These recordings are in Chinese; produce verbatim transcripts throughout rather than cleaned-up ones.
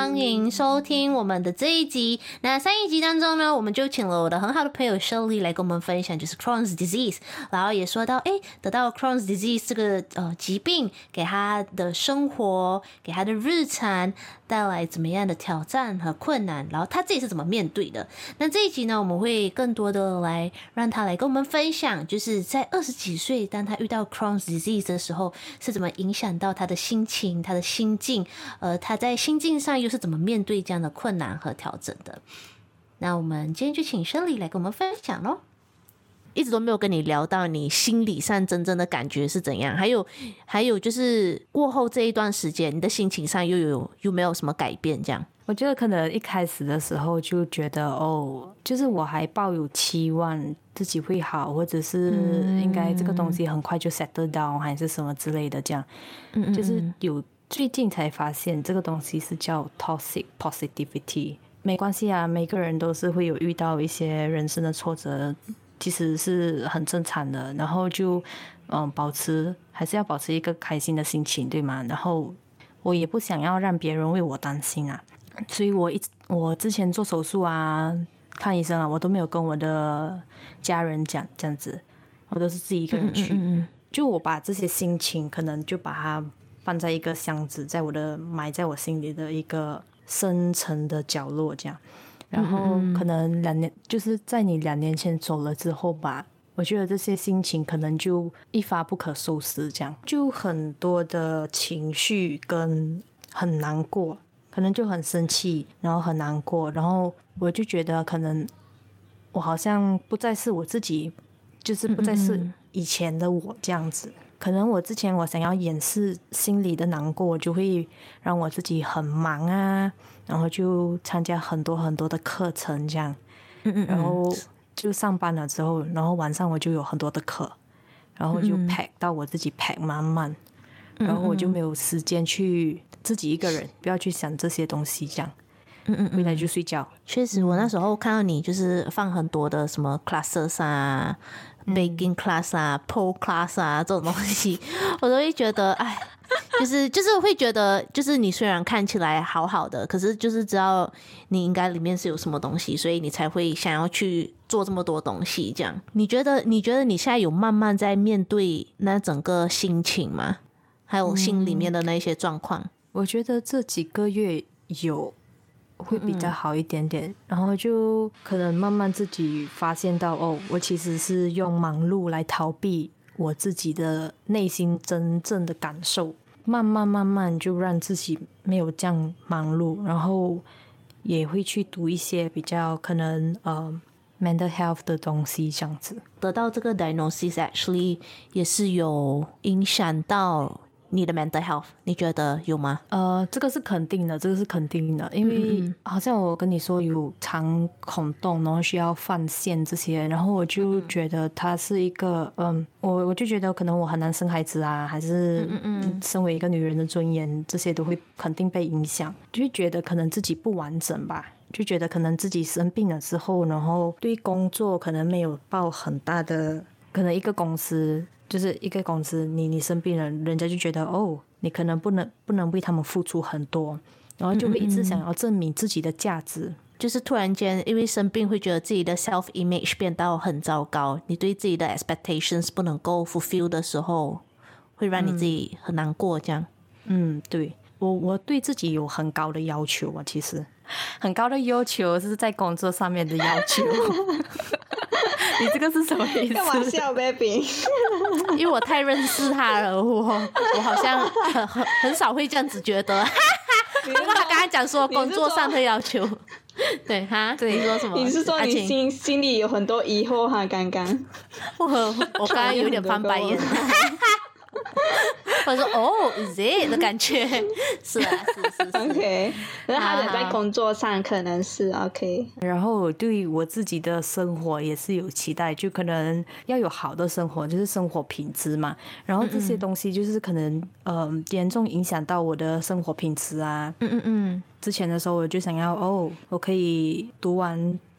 欢迎收听我们的这一集。那上一集当中呢，我们就请了我的很好的朋友 Shirley 来跟我们分享，就是 Crohn's disease， 然后也说到，哎，得到 Crohn's disease 这个呃疾病，给他的生活，给他的日常带来怎么样的挑战和困难，然后他自己是怎么面对的。那这一集呢，我们会更多的来让他来跟我们分享，就是在二十几岁，当他遇到 Crohn's disease 的时候，是怎么影响到他的心情、他的心境，呃，他在心境上又是怎么面对这样的困难和调整的。那我们今天就请 Shirley 来跟我们分享咯。一直都没有跟你聊到你心理上真正的感觉是怎样，还有还有就是过后这一段时间，你的心情上又有有没有什么改变？这样， 我觉得可能一开始的时候就觉得哦，就是我还抱有期望自己会好，或者是应该这个东西很快就 settle down 还是什么之类的，这样，嗯嗯嗯，就是有最近才发现这个东西是叫 toxic positivity。没关系啊，每个人都是会有遇到一些人生的挫折，其实是很正常的，然后就嗯，保持还是要保持一个开心的心情，对吗？然后我也不想要让别人为我担心啊，所以我一我之前做手术啊、看医生啊，我都没有跟我的家人讲这样子，我都是自己一个人去。嗯嗯嗯，就我把这些心情可能就把它放在一个箱子，在我的埋在我心里的一个深层的角落这样。然后可能两年，就是在你两年前走了之后吧，我觉得这些心情可能就一发不可收拾，这样就很多的情绪跟很难过，可能就很生气，然后很难过，然后我就觉得可能我好像不再是我自己，就是不再是以前的我这样子。可能我之前我想要掩饰心里的难过，就会让我自己很忙啊，然后就参加很多很多的课程这样，然后就上班了之后，然后晚上我就有很多的课，然后就 pack 到我自己 pack 满满，然后我就没有时间去自己一个人，不要去想这些东西这样。嗯嗯，回来就睡觉。 确实，我那时候看到你就是放很多的什么 classes 啊、baking class 啊、pole class 啊这种东西，我都会觉得，哎，就是就是会觉得，就是你虽然看起来好好的，可是就是知道你应该里面是有什么东西，所以你才会想要去做这么多东西。这样，你觉得你觉得你现在有慢慢在面对那整个心情吗？还有心里面的那些状况？ 嗯，我觉得这几个月有。会比较好一点点，嗯，然后就可能慢慢自己发现到哦，我其实是用忙碌来逃避我自己的内心真正的感受，慢慢慢慢就让自己没有这样忙碌，然后也会去读一些比较可能呃 mental health 的东西这样子。 得到这个 diagnosis actually 也是有影响到你的 mental health， 你觉得有吗？ 呃，这个是肯定的，这个是肯定的，因为好像我跟你说有肠孔洞，然后需要放线这些，然后我就觉得它是一个，嗯，我我就觉得可能我很难生孩子啊，还是身为一个女人的尊严，这些都会肯定被影响，就觉得可能自己不完整吧。就觉得可能自己生病了之后，然后对工作可能没有抱很大的，可能一个公司。就是一个公司，你你生病了，人家就觉得哦，你可能不能不能为他们付出很多，然后就会一直想要证明自己的价值。嗯嗯， 就是突然间因为生病，会觉得自己的 self image 变到很糟糕，你对自己的 expectations 不能够 fulfill 的时候，会让你自己很难过。这样， 嗯，对，我我对自己有很高的要求啊，其实很高的要求是在工作上面的要求。你这个是什么意思？ 开玩笑 ，baby。 因为我太认识他了，我我好像很很很少会这样子觉得。不过他刚才讲说工作上的要求，对哈， 对， 你说什么？ 你是说你心心里有很多疑惑哈？刚刚我我刚刚有点翻白眼。我说哦 ，is it 的感觉，是啊，是是是 ，OK。那他的在工作上可能是 OK。 然后我对我自己的生活也是有期待，就可能要有好的生活，就是生活品质嘛。然后这些东西就是可能呃严重影响到我的生活品质啊。嗯嗯嗯。之前的时候我就想要哦，我可以读完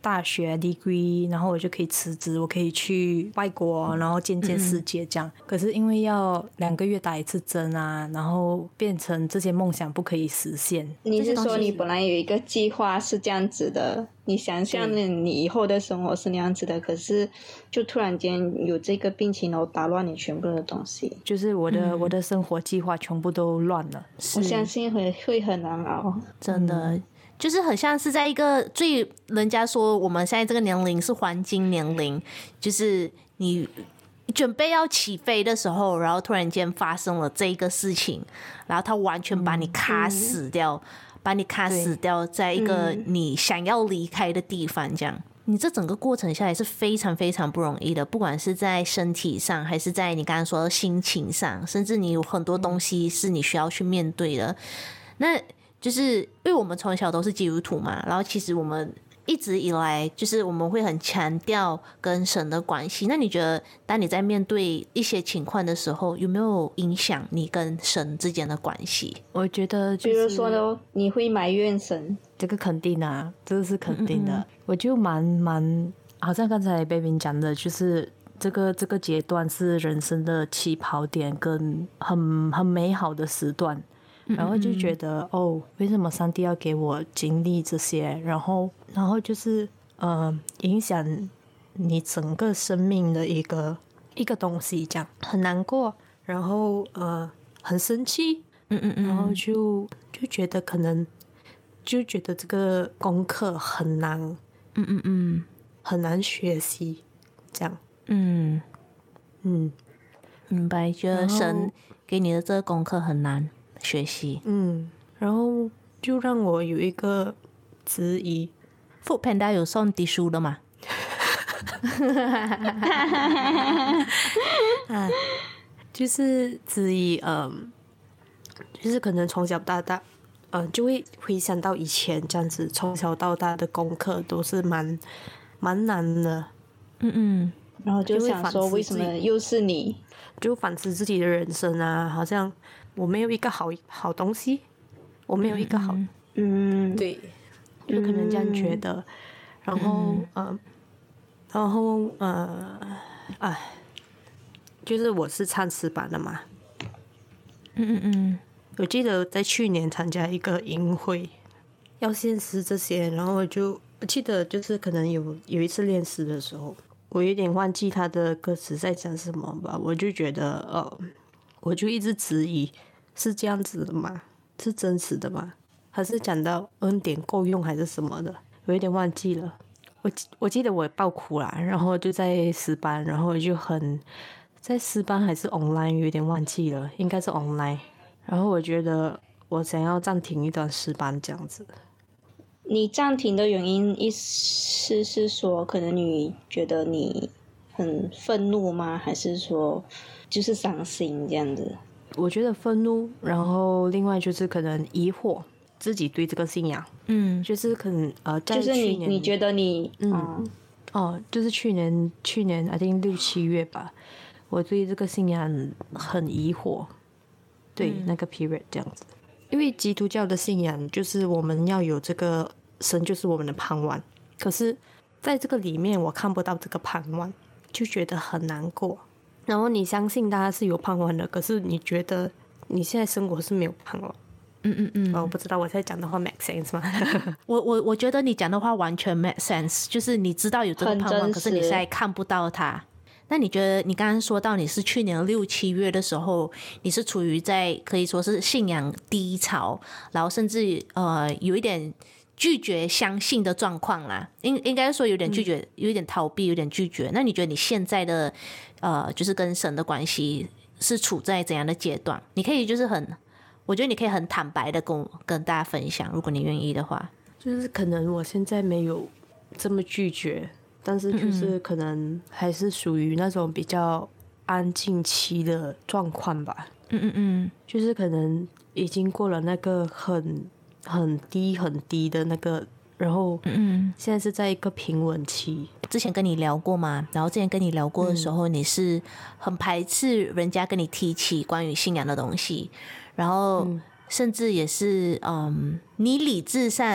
大学 degree， 然后我就可以辞职，我可以去外国，然后见见世界这样。嗯、可是因为要两个月打一次针啊，然后变成这些梦想不可以实现。 你是说你本来有一个计划是这样子的，你想象你以后的生活是那样子的，可是就突然间有这个病情，然后打乱你全部的东西， 就是我的、嗯、我的生活计划全部都乱了。 我相信会会很难熬， 真的。嗯，就是很像是在一个最人家说我们现在这个年龄是黄金年龄，就是你准备要起飞的时候，然后突然间发生了这个事情，然后它完全把你卡死掉，嗯、把你卡死掉在一个你想要离开的地方，这样。你这整个过程下来是非常非常不容易的，不管是在身体上，还是在你刚刚说的心情上，甚至你有很多东西是你需要去面对的。那就是因为我们从小都是基督徒嘛，然后其实我们一直以来就是我们会很强调跟神的关系。那你觉得当你在面对一些情况的时候，有没有影响你跟神之间的关系？ 我觉得、就是、 比如说呢，你会埋怨神， 这个肯定啊，这个是肯定的。嗯嗯，我就蛮蛮好像刚才 Baby 讲的，就是这个这个阶段是人生的起跑点跟很很美好的时段。然后就觉得嗯嗯哦，为什么上帝要给我经历这些？然后，然后就是呃，影响你整个生命的一个一个东西，这样很难过，然后呃，很生气， 嗯嗯嗯， 然后就就觉得可能就觉得这个功课很难， 嗯嗯嗯， 很难学习，这样， 嗯嗯， 明白，觉得神给你的这个功课很难学习， 嗯，然后就让我有一个质疑。 Food Panda 有送滴书的吗？ 啊，就是质疑，嗯，就是可能从小到大，嗯，就会回想到以前这样子，从小到大的功课都是蛮蛮难的， 嗯嗯， 然后就想说为什么又是你？ 就反思自己的人生啊，好像我没有一个好好东西，我没有一个好， 嗯， 对，就可能这样觉得，嗯、然后嗯、呃，然后呃，哎，就是我是唱诗班的嘛， 嗯嗯嗯， 我记得在去年参加一个营会，要献诗这些，然后我就我记得就是可能有有一次练诗的时候，我有点忘记他的歌词在讲什么吧，我就觉得呃，我就一直质疑是这样子的吗？是真实的吗？还是讲到恩典够用还是什么的？我有点忘记了。我我记得我爆哭啦，然后就在诗班，然后就很在诗班还是 online 有点忘记了，应该是 online。然后我觉得我想要暂停一段诗班这样子。 你暂停的原因意思是说，可能你觉得你很愤怒吗？还是说就是伤心这样子？ 我觉得愤怒，然后另外就是可能疑惑自己对这个信仰， 嗯， 就是可能呃，在就是去年你你觉得你嗯、呃、哦，就是去年去年 I think 六七月吧，我对这个信仰很疑惑，对、嗯、那个 period 这样子，因为基督教的信仰就是我们要有这个神就是我们的盼望，可是在这个里面我看不到这个盼望，就觉得很难过。然后你相信他是有盼望的，可是你觉得你现在生活是没有盼望。 嗯嗯嗯， 我不知道我在讲的话 make sense 吗？ 我我我觉得你讲的话完全 make sense， 就是你知道有这个盼望，可是你现在看不到它。那你觉得你刚刚说到你是去年六七月的时候，你是处于在可以说是信仰低潮，然后甚至呃有一点拒绝相信的状况啦，应应该说有点拒绝、嗯，有点逃避，有点拒绝。那你觉得你现在的呃，就是跟神的关系是处在怎样的阶段？你可以就是很，我觉得你可以很坦白的跟跟大家分享，如果你愿意的话。 就是可能我现在没有这么拒绝，但是就是可能还是属于那种比较安静期的状况吧。 嗯嗯嗯， 就是可能已经过了那个很。很低很低的那个，然后嗯，现在是在一个平稳期。 之前跟你聊过嘛，然后之前跟你聊过的时候、嗯、你是很排斥人家跟你提起关于信仰的东西，然后甚至也是嗯，你理智上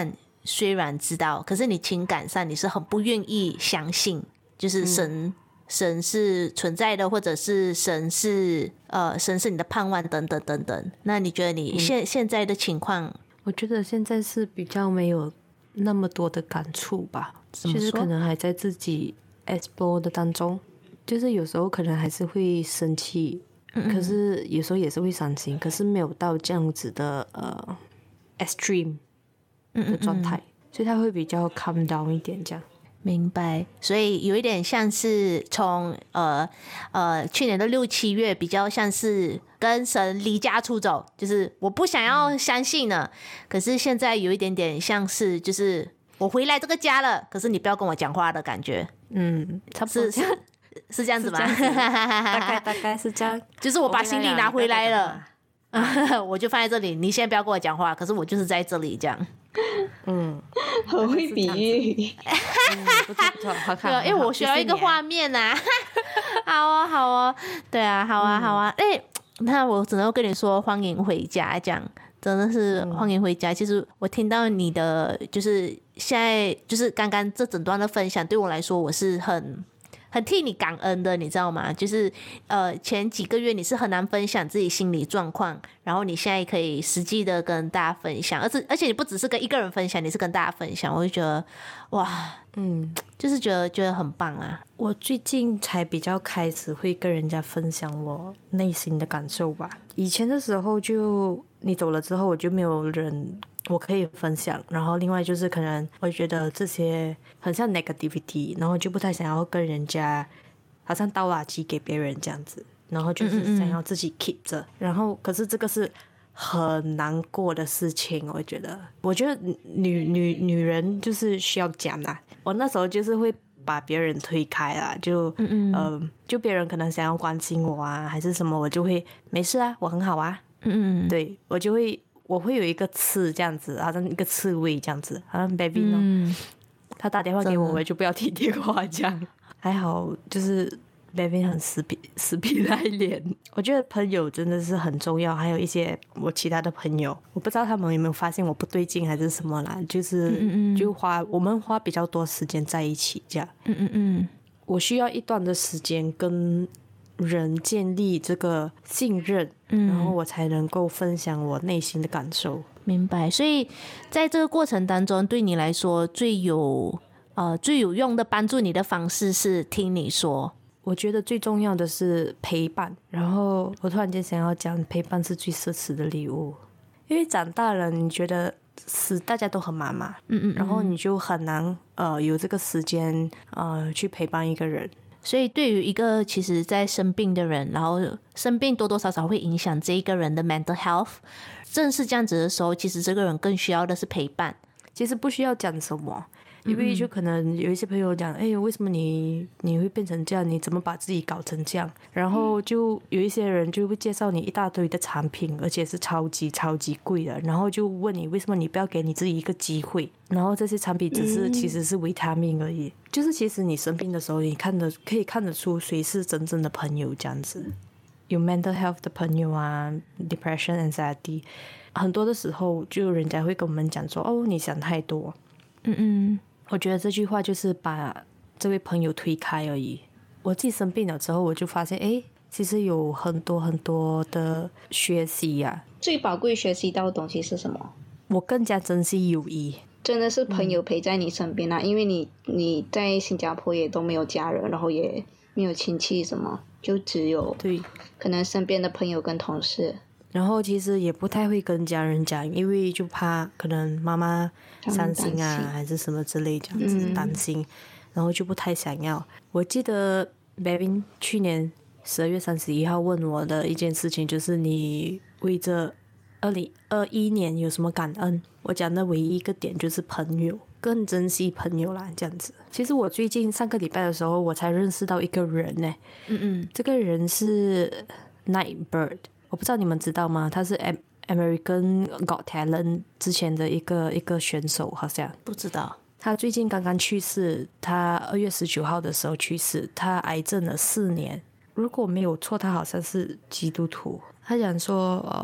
虽然知道，可是你情感上你是很不愿意相信，就是神、嗯、神是存在的，或者是神是呃神是你的盼望等等等等。那你觉得你现、嗯、现在的情况？ 我觉得现在是比较没有那么多的感触吧，就是可能还在自己 explore 的当中，就是有时候可能还是会生气，嗯嗯，可是有时候也是会伤心，可是没有到这样子的呃 extreme 的状态，嗯嗯嗯，所以他会比较 calm down 一点这样。 明白，所以有一点像是从呃呃去年的六七月比较像是跟神离家出走，就是我不想要相信了、嗯、可是现在有一点点像是就是我回来这个家了，可是你不要跟我讲话的感觉。 嗯，差不多是是是这样子吗？ 大概大概是这样， 就是我把行李拿回来了，我, 我就放在这里，你现在不要跟我讲话，可是我就是在这里这样。 嗯， 很会比喻。 嗯、不错不错，好看。 因为我需要一个画面啊。好啊好啊，对啊，好啊好啊。哎、嗯，那我只能跟你说欢迎回家，这样真的是欢迎回家。嗯、其实我听到你的就是现在就是刚刚这整段的分享，对我来说我是很。很替你感恩的，你知道吗？就是呃，前几个月你是很难分享自己心理状况，然后你现在可以实际的跟大家分享，而且而且你不只是跟一个人分享，你是跟大家分享，我就觉得哇，嗯，就是觉得觉得很棒啊。 我最近才比较开始会跟人家分享我内心的感受吧。以前的时候就你走了之后，我就没有人我可以分享，然后另外就是可能我觉得这些很像 negativity， 然后就不太想要跟人家好像倒垃圾给别人这样子，然后就是想要自己 keep 着，嗯嗯，然后可是这个是很难过的事情，我觉得我觉得女女女人就是需要讲啊，我那时候就是会把别人推开啦，就嗯嗯呃就别人可能想要关心我啊还是什么，我就会没事啊，我很好啊，嗯嗯，对，我就会我会有一个刺这样子，好像一个刺猬这样子，好像 baby 呢、嗯，他打电话给我，我就不要听电话这样。还好，就是 baby 很死皮死皮赖脸。我觉得朋友真的是很重要，还有一些我其他的朋友，我不知道他们有没有发现我不对劲还是什么啦，就是嗯嗯就花我们花比较多时间在一起这样。嗯嗯嗯，我需要一段的时间跟人建立这个信任、嗯、然后我才能够分享我内心的感受。 明白，所以在这个过程当中对你来说最有呃最有用的帮助你的方式是听你说。 我觉得最重要的是陪伴，然后我突然间想要讲陪伴是最奢侈的礼物，因为长大了你觉得是大家都很忙嘛，嗯 嗯, 嗯，然后你就很难呃有这个时间呃去陪伴一个人。 所以对于一个其实在生病的人，然后生病多多少少会影响这一个人的 mental health， 正是这样子的时候，其实这个人更需要的是陪伴。 其实不需要讲什么，因为就可能有一些朋友讲，哎、欸，为什么你你会变成这样？你怎么把自己搞成这样？然后就有一些人就会介绍你一大堆的产品，而且是超级超级贵的，然后就问你为什么你不要给你自己一个机会？然后这些产品只是、嗯、其实是维他命而已，就是其实你生病的时候，你看得可以看得出谁是真正的朋友这样子。有 mental health 的朋友啊 ，depression anxiety， 很多的时候就人家会跟我们讲说，哦，你想太多。嗯嗯。我觉得这句话就是把这位朋友推开而已。我自己生病了之后，我就发现，哎，其实有很多很多的学习呀、啊。 最宝贵学习到的东西是什么？ 我更加珍惜友谊。 真的是朋友陪在你身边啊、嗯、因为你你在新加坡也都没有家人，然后也没有亲戚什么，就只有对可能身边的朋友跟同事。 然后其实也不太会跟家人讲，因为就怕可能妈妈伤心啊还是什么之类这样子、嗯、担心，然后就不太想要。我记得 Bevin 去年十二月三十一号问我的一件事情，就是你为这二零二一年有什么感恩？我讲的唯一一个点就是朋友，更珍惜朋友啦这样子。其实我最近上个礼拜的时候我才认识到一个人呢，嗯嗯，这个人是 Nightbird，我不知道你们知道吗？他是 American Got Talent 之前的一个一个选手，好像不知道。 他最近刚刚去世，他二月十九号的时候去世，他癌症了四年。如果没有错，他好像是基督徒。他讲说，呃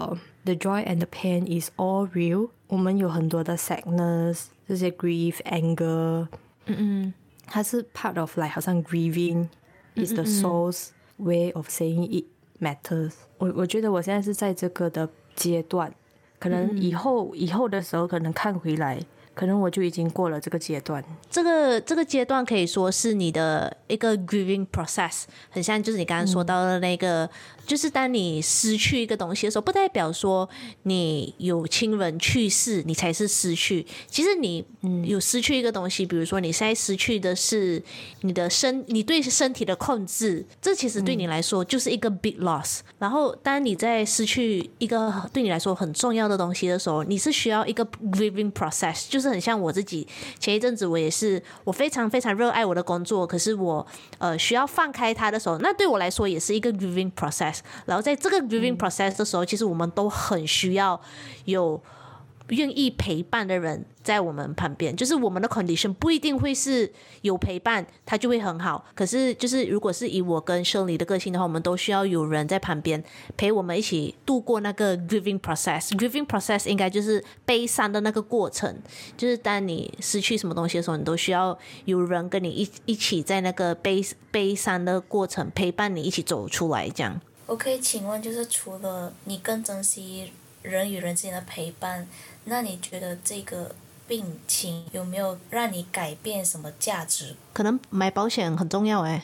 the joy and the pain is all real。我们有很多的 sadness， 这些 grief anger， 嗯嗯，它是 part of like 好像 grieving is the soul's way of saying it matters。我我觉得我现在是在这个的阶段，可能以后、嗯、以后的时候可能看回来。可能我就已经过了这个阶段。 这个这个阶段可以说是你的一个 grieving process， 很像就是你刚刚说到的那个、嗯、就是当你失去一个东西的时候，不代表说你有亲人去世你才是失去。其实你有失去一个东西，比如说你现在失去的是你的身你对身体的控制，这其实对你来说就是一个 big loss、嗯、然后当你在失去一个对你来说很重要的东西的时候，你是需要一个 grieving process， 就是很像我自己前一阵子我也是我非常非常热爱我的工作，可是我呃需要放开它的时候，那对我来说也是一个 grieving process。 然后在这个 grieving process 的时候、嗯、其实我们都很需要有愿意陪伴的人在我们旁边，就是我们的 condition 不一定会是有陪伴它就会很好，可是就是如果是以我跟Shirley的个性的话，我们都需要有人在旁边陪我们一起度过那个 grieving process。 grieving process 应该就是悲伤的那个过程，就是当你失去什么东西的时候，你都需要有人跟你 一, 一起在那个 悲, 悲伤的过程陪伴你一起走出来这样。 我可以请问，就是除了你更珍惜人与人之间的陪伴，那你觉得这个病情有没有让你改变什么价值？ 可能买保险很重要哎、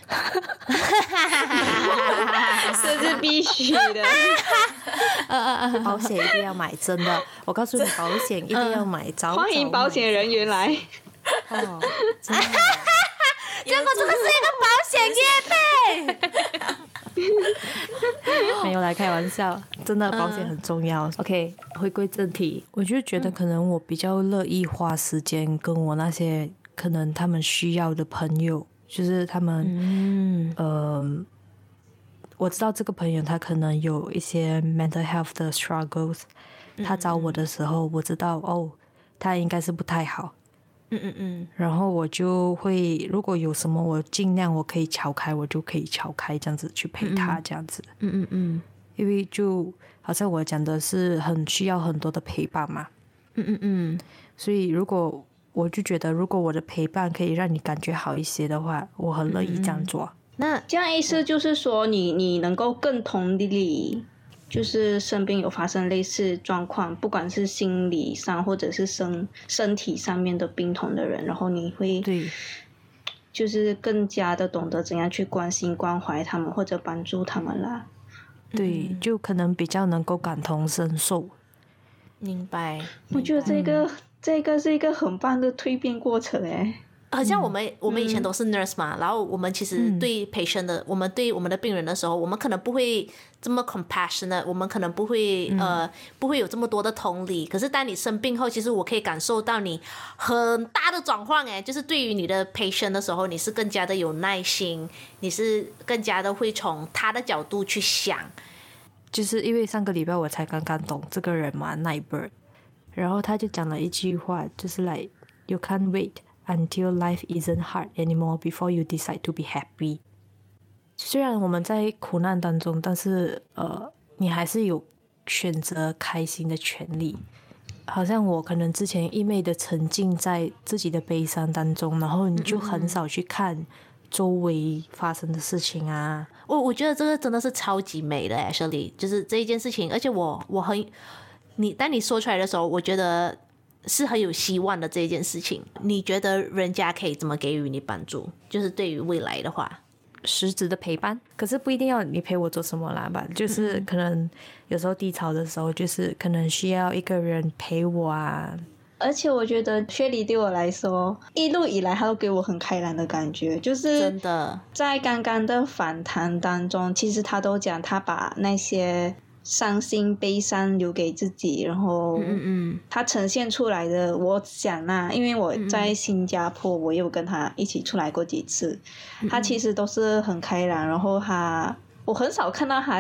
欸，这是必须的。 保险一定要买，真的，我告诉你，保险一定要买。早欢迎保险人员来。 哦，真的。 结果这个是一个保险业配。 没有来开玩笑，真的保险很重要、嗯、OK 回归正题，我就觉得可能我比较乐意花时间跟我那些可能他们需要的朋友，就是他们嗯呃，我知道这个朋友他可能有一些 mental health 的 struggles， 他找我的时候我知道哦他应该是不太好，嗯嗯嗯，然后我就会如果有什么我尽量我可以敲开我就可以敲开，这样子去陪他这样子，嗯嗯嗯，因为就好像我讲的是很需要很多的陪伴嘛，嗯嗯嗯，所以如果我就觉得如果我的陪伴可以让你感觉好一些的话，我很乐意这样做。嗯嗯， 那这样意思就是说你你能够更同理就是身边有发生类似状况，不管是心理上或者是身身体上面的病痛的人，然后你会对就是更加的懂得怎样去关心关怀他们或者帮助他们啦。 对、嗯、就可能比较能够感同身受。 明白， 我觉得这个、嗯、这个是一个很棒的蜕变过程耶。 好像我们、嗯、我们以前都是 nurse 嘛、嗯、然后我们其实对 patient 的、嗯、我们对我们的病人的时候，我们可能不会这么 compassionate， 我们可能不会、嗯、呃不会有这么多的同理，可是当你生病后，其实我可以感受到你很大的转换诶，就是对于你的 patient 的时候，你是更加的有耐心，你是更加的会从他的角度去想。 就是因为上个礼拜我才刚刚懂这个人嘛 Nightbird， 然后他就讲了一句话，就是 like you can't wait until life isn't hard anymore before you decide to be happy。 虽然我们在苦难当中，但是呃，你还是有选择开心的权利。好像我可能之前一昧的沉浸在自己的悲伤当中，然后你就很少去看周围发生的事情啊。 我我觉得这个真的是超级美的 actually， 就是这一件事情，而且我我很你当你说出来的时候，我觉得是很有希望的这一件事情。你觉得人家可以怎么给予你帮助？就是对于未来的话， 实质的陪伴，可是不一定要你陪我做什么啦吧，就是可能有时候低潮的时候，就是可能需要一个人陪我啊。 而且我觉得薛莉对我来说一路以来他都给我很开朗的感觉，就是真的在刚刚的访谈当中，其实他都讲他把那些伤心悲伤留给自己，然后他呈现出来的，我想啊，因为我在新加坡我有跟他一起出来过几次，他其实都是很开朗，然后他我很少看到他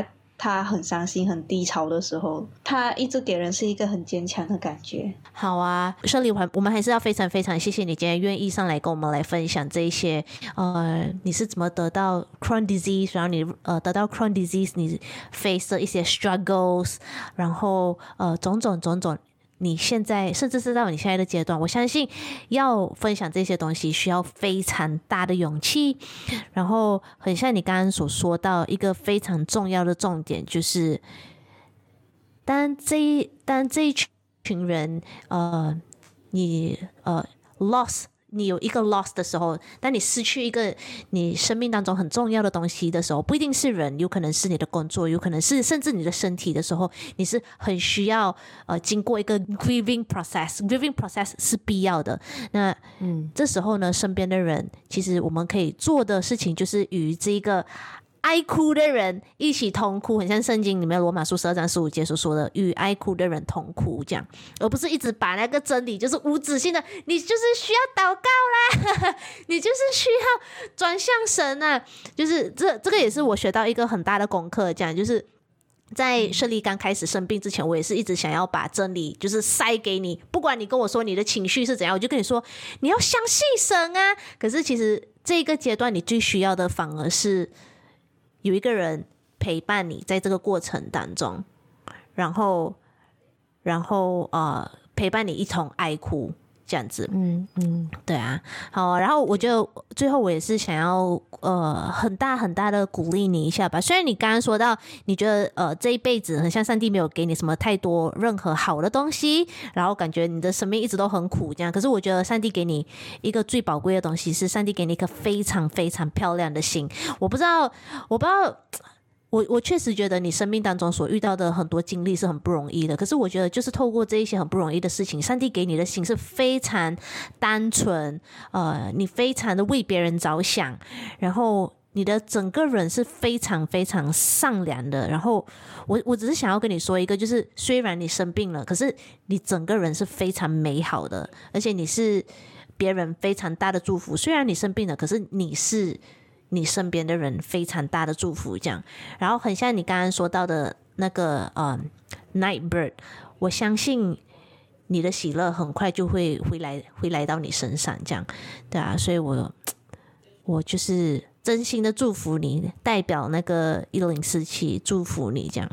他很伤心很低潮的时候，他一直给人是一个很坚强的感觉。 好啊，Shirley，我们还是要非常非常谢谢你今天愿意上来跟我们来分享这一些，呃，你是怎么得到 Crohn disease， 然后你呃得到 Crohn disease， 你 face 的一些 struggles， 然后呃种种种种。你现在甚至是到你现在的阶段，我相信要分享这些东西需要非常大的勇气，然后很像你刚刚所说到一个非常重要的重点，就是当这当这一群人呃你呃 loss你有一个 loss 的时候，当你失去一个你生命当中很重要的东西的时候，不一定是人，有可能是你的工作，有可能是甚至你的身体的时候，你是很需要呃经过一个 grieving process grieving process 是必要的。那嗯，这时候呢，身边的人其实我们可以做的事情就是与这个爱哭的人一起痛哭，很像圣经里面罗马书十二章十五节所说的与爱哭的人同哭这样，而不是一直把那个真理就是无止境的，你就是需要祷告啦你就是需要转向神啊，就是这这个也是我学到一个很大的功课，这样就是在Shirley刚开始生病之前，我也是一直想要把真理就是塞给你，不管你跟我说你的情绪是怎样，我就跟你说你要相信神啊。可是其实这个阶段你最需要的反而是有一个人陪伴你在这个过程当中，然后然后呃陪伴你一同哀哭这样子。嗯嗯，对啊。好，然后我觉得最后我也是想要呃很大很大的鼓励你一下吧。虽然你刚刚说到你觉得呃这一辈子很像上帝没有给你什么太多任何好的东西，然后感觉你的生命一直都很苦这样，可是我觉得上帝给你一个最宝贵的东西是上帝给你一个非常非常漂亮的心。我不知道我不知道我我确实觉得你生命当中所遇到的很多经历是很不容易的，可是我觉得就是透过这一些很不容易的事情，上帝给你的心是非常单纯，呃，你非常的为别人着想，然后你的整个人是非常非常善良的。然后我我只是想要跟你说一个，就是虽然你生病了，可是你整个人是非常美好的，而且你是别人非常大的祝福。虽然你生病了，可是你是你身边的人非常大的祝福这样。然后很像你刚刚说到的那个呃 Nightbird， 我相信你的喜乐很快就会回来回来到你身上这样，对啊。所以我我就是真心的祝福你，代表那个一零四七祝福你这样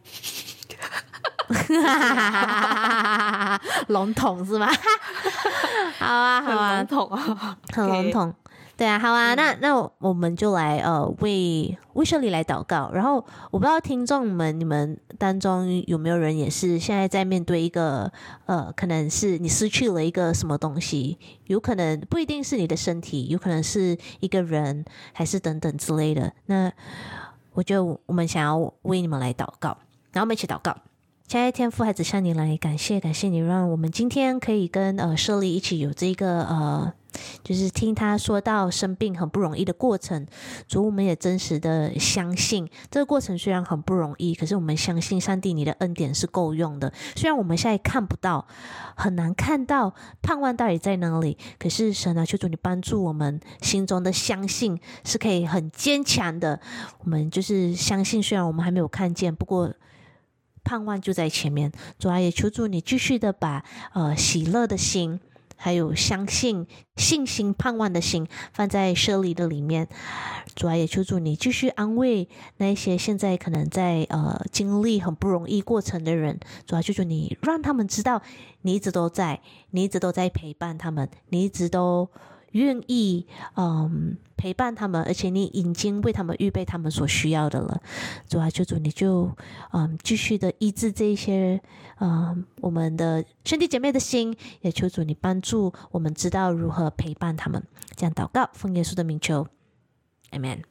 笼统是吗？好啊好啊， 很笼统啊， 很笼统。对啊，好啊，那那我们就来呃为为Shirley来祷告。然后我不知道听众们你们当中有没有人也是现在在面对一个呃可能是你失去了一个什么东西，有可能不一定是你的身体，有可能是一个人，还是等等之类的。那我觉得我们想要为你们来祷告，然后我们一起祷告。亲爱的天父，孩子向你来感谢，感谢你让我们今天可以跟呃Shirley一起有这个呃，就是听他说到生病很不容易的过程。主，我们也真实的相信这个过程虽然很不容易，可是我们相信上帝你的恩典是够用的。虽然我们现在看不到，很难看到盼望到底在哪里，可是神啊，求主你帮助我们心中的相信是可以很坚强的。我们就是相信，虽然我们还没有看见，不过盼望就在前面。主啊，也求主你继续的把呃喜乐的心，还有相信信心盼望的心放在Shirley的里面。主啊，也求主你继续安慰那一些现在可能在呃经历很不容易过程的人。主啊，求主你让他们知道你一直都在，你一直都在陪伴他们，你一直都愿意嗯陪伴他们，而且你已经为他们预备他们所需要的了。主啊，求主你就嗯继续的医治这些嗯我们的兄弟姐妹的心，也求主你帮助我们知道如何陪伴他们。这样祷告，奉耶稣的名求 Amen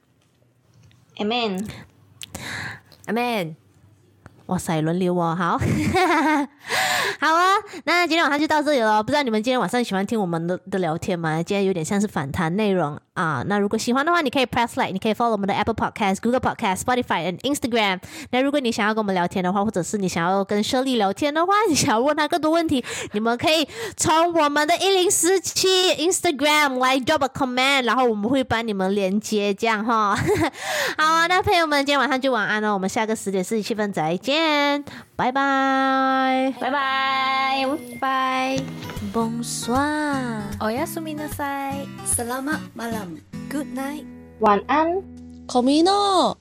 Amen Amen。 哇塞，轮流哦，好好啊，那今天晚上就到这里了。不知道你们今天晚上喜欢听我们 的, 的聊天吗？今天有点像是反弹内容啊。那如果喜欢的话，你可以 press like， 你可以 follow 我们的 Apple Podcast、Google Podcast、Spotify 和 Instagram。那如果你想要跟我们聊天的话，或者是你想要跟Shirley聊天的话，你想要问他更多问题，你们可以从我们的一零四七 Instagram 来 drop a comment， 然后我们会帮你们连接，这样哈。好啊，那朋友们，今天晚上就晚安了。我们下个十点四十七分再见，拜拜， 拜拜， 拜。 Bonsoir， Oyasumi nasai， Selamat malam， Good night， 晚安。 Komino。